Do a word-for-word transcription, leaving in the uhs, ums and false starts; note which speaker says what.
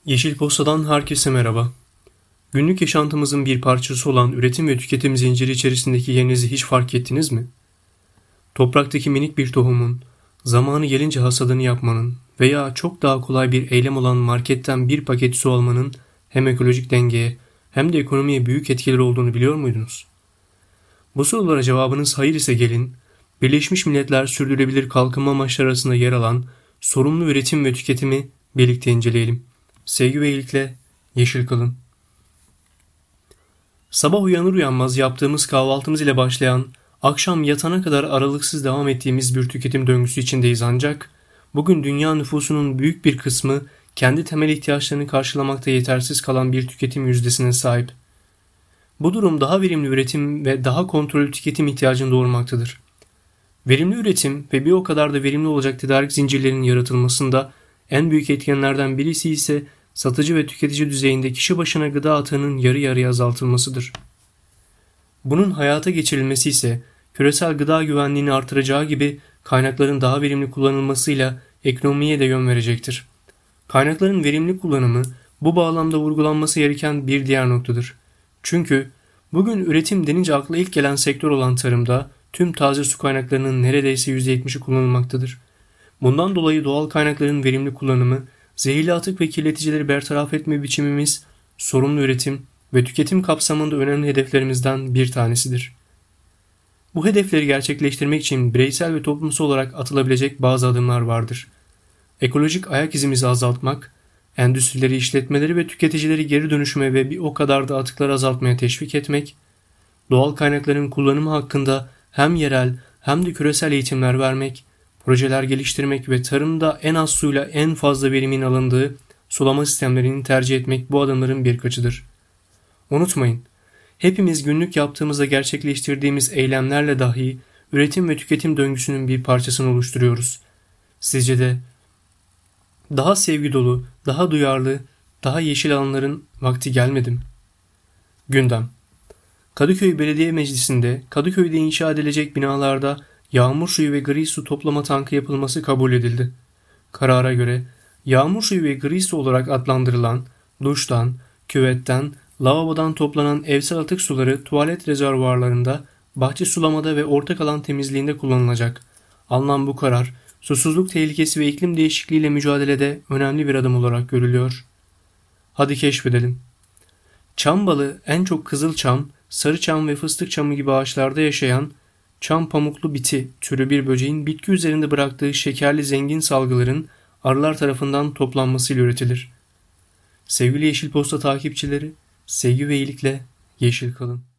Speaker 1: Yeşil Posta'dan herkese merhaba. Günlük yaşantımızın bir parçası olan üretim ve tüketim zinciri içerisindeki yerinizi hiç fark ettiniz mi? Topraktaki minik bir tohumun, zamanı gelince hasadını yapmanın veya çok daha kolay bir eylem olan marketten bir paket su almanın hem ekolojik dengeye hem de ekonomiye büyük etkileri olduğunu biliyor muydunuz? Bu sorulara cevabınız hayır ise gelin, Birleşmiş Milletler Sürdürülebilir Kalkınma Amaçları arasında yer alan sorumlu üretim ve tüketimi birlikte inceleyelim. Sevgi ve iyilikle yeşil kalın. Sabah uyanır uyanmaz yaptığımız kahvaltımız ile başlayan, akşam yatana kadar aralıksız devam ettiğimiz bir tüketim döngüsü içindeyiz ancak bugün dünya nüfusunun büyük bir kısmı kendi temel ihtiyaçlarını karşılamakta yetersiz kalan bir tüketim yüzdesine sahip. Bu durum daha verimli üretim ve daha kontrollü tüketim ihtiyacını doğurmaktadır. Verimli üretim ve bir o kadar da verimli olacak tedarik zincirlerinin yaratılmasında en büyük etkenlerden birisi ise satıcı ve tüketici düzeyinde kişi başına gıda atığının yarı yarıya azaltılmasıdır. Bunun hayata geçirilmesi ise küresel gıda güvenliğini artıracağı gibi kaynakların daha verimli kullanılmasıyla ekonomiye de yön verecektir. Kaynakların verimli kullanımı bu bağlamda vurgulanması gereken bir diğer noktadır. Çünkü bugün üretim denince akla ilk gelen sektör olan tarımda tüm taze su kaynaklarının neredeyse yüzde yetmişi kullanılmaktadır. Bundan dolayı doğal kaynakların verimli kullanımı, zehirli atık ve kirleticileri bertaraf etme biçimimiz, sorumlu üretim ve tüketim kapsamında önemli hedeflerimizden bir tanesidir. Bu hedefleri gerçekleştirmek için bireysel ve toplumsal olarak atılabilecek bazı adımlar vardır. Ekolojik ayak izimizi azaltmak, endüstrileri, işletmeleri ve tüketicileri geri dönüşüme ve bir o kadar da atıkları azaltmaya teşvik etmek, doğal kaynakların kullanımı hakkında hem yerel hem de küresel eğitimler vermek, projeler geliştirmek ve tarımda en az suyla en fazla verimin alındığı sulama sistemlerini tercih etmek bu adımların birkaçıdır. Unutmayın, hepimiz günlük yaptığımızda gerçekleştirdiğimiz eylemlerle dahi üretim ve tüketim döngüsünün bir parçasını oluşturuyoruz. Sizce de daha sevgi dolu, daha duyarlı, daha yeşil alanların vakti gelmedi mi? Gündem. Kadıköy Belediye Meclisi'nde Kadıköy'de inşa edilecek binalarda yağmur suyu ve gri su toplama tankı yapılması kabul edildi. Karara göre yağmur suyu ve gri su olarak adlandırılan duştan, küvetten, lavabodan toplanan evsel atık suları tuvalet rezervuarlarında, bahçe sulamada ve ortak alan temizliğinde kullanılacak. Alınan bu karar, susuzluk tehlikesi ve iklim değişikliğiyle mücadelede önemli bir adım olarak görülüyor. Hadi keşfedelim. Çam balı en çok kızılçam, sarıçam ve fıstık çamı gibi ağaçlarda yaşayan çam pamuklu biti türü bir böceğin bitki üzerinde bıraktığı şekerli zengin salgıların arılar tarafından toplanmasıyla üretilir. Sevgili Yeşil Posta takipçileri, sevgi ve iyilikle yeşil kalın.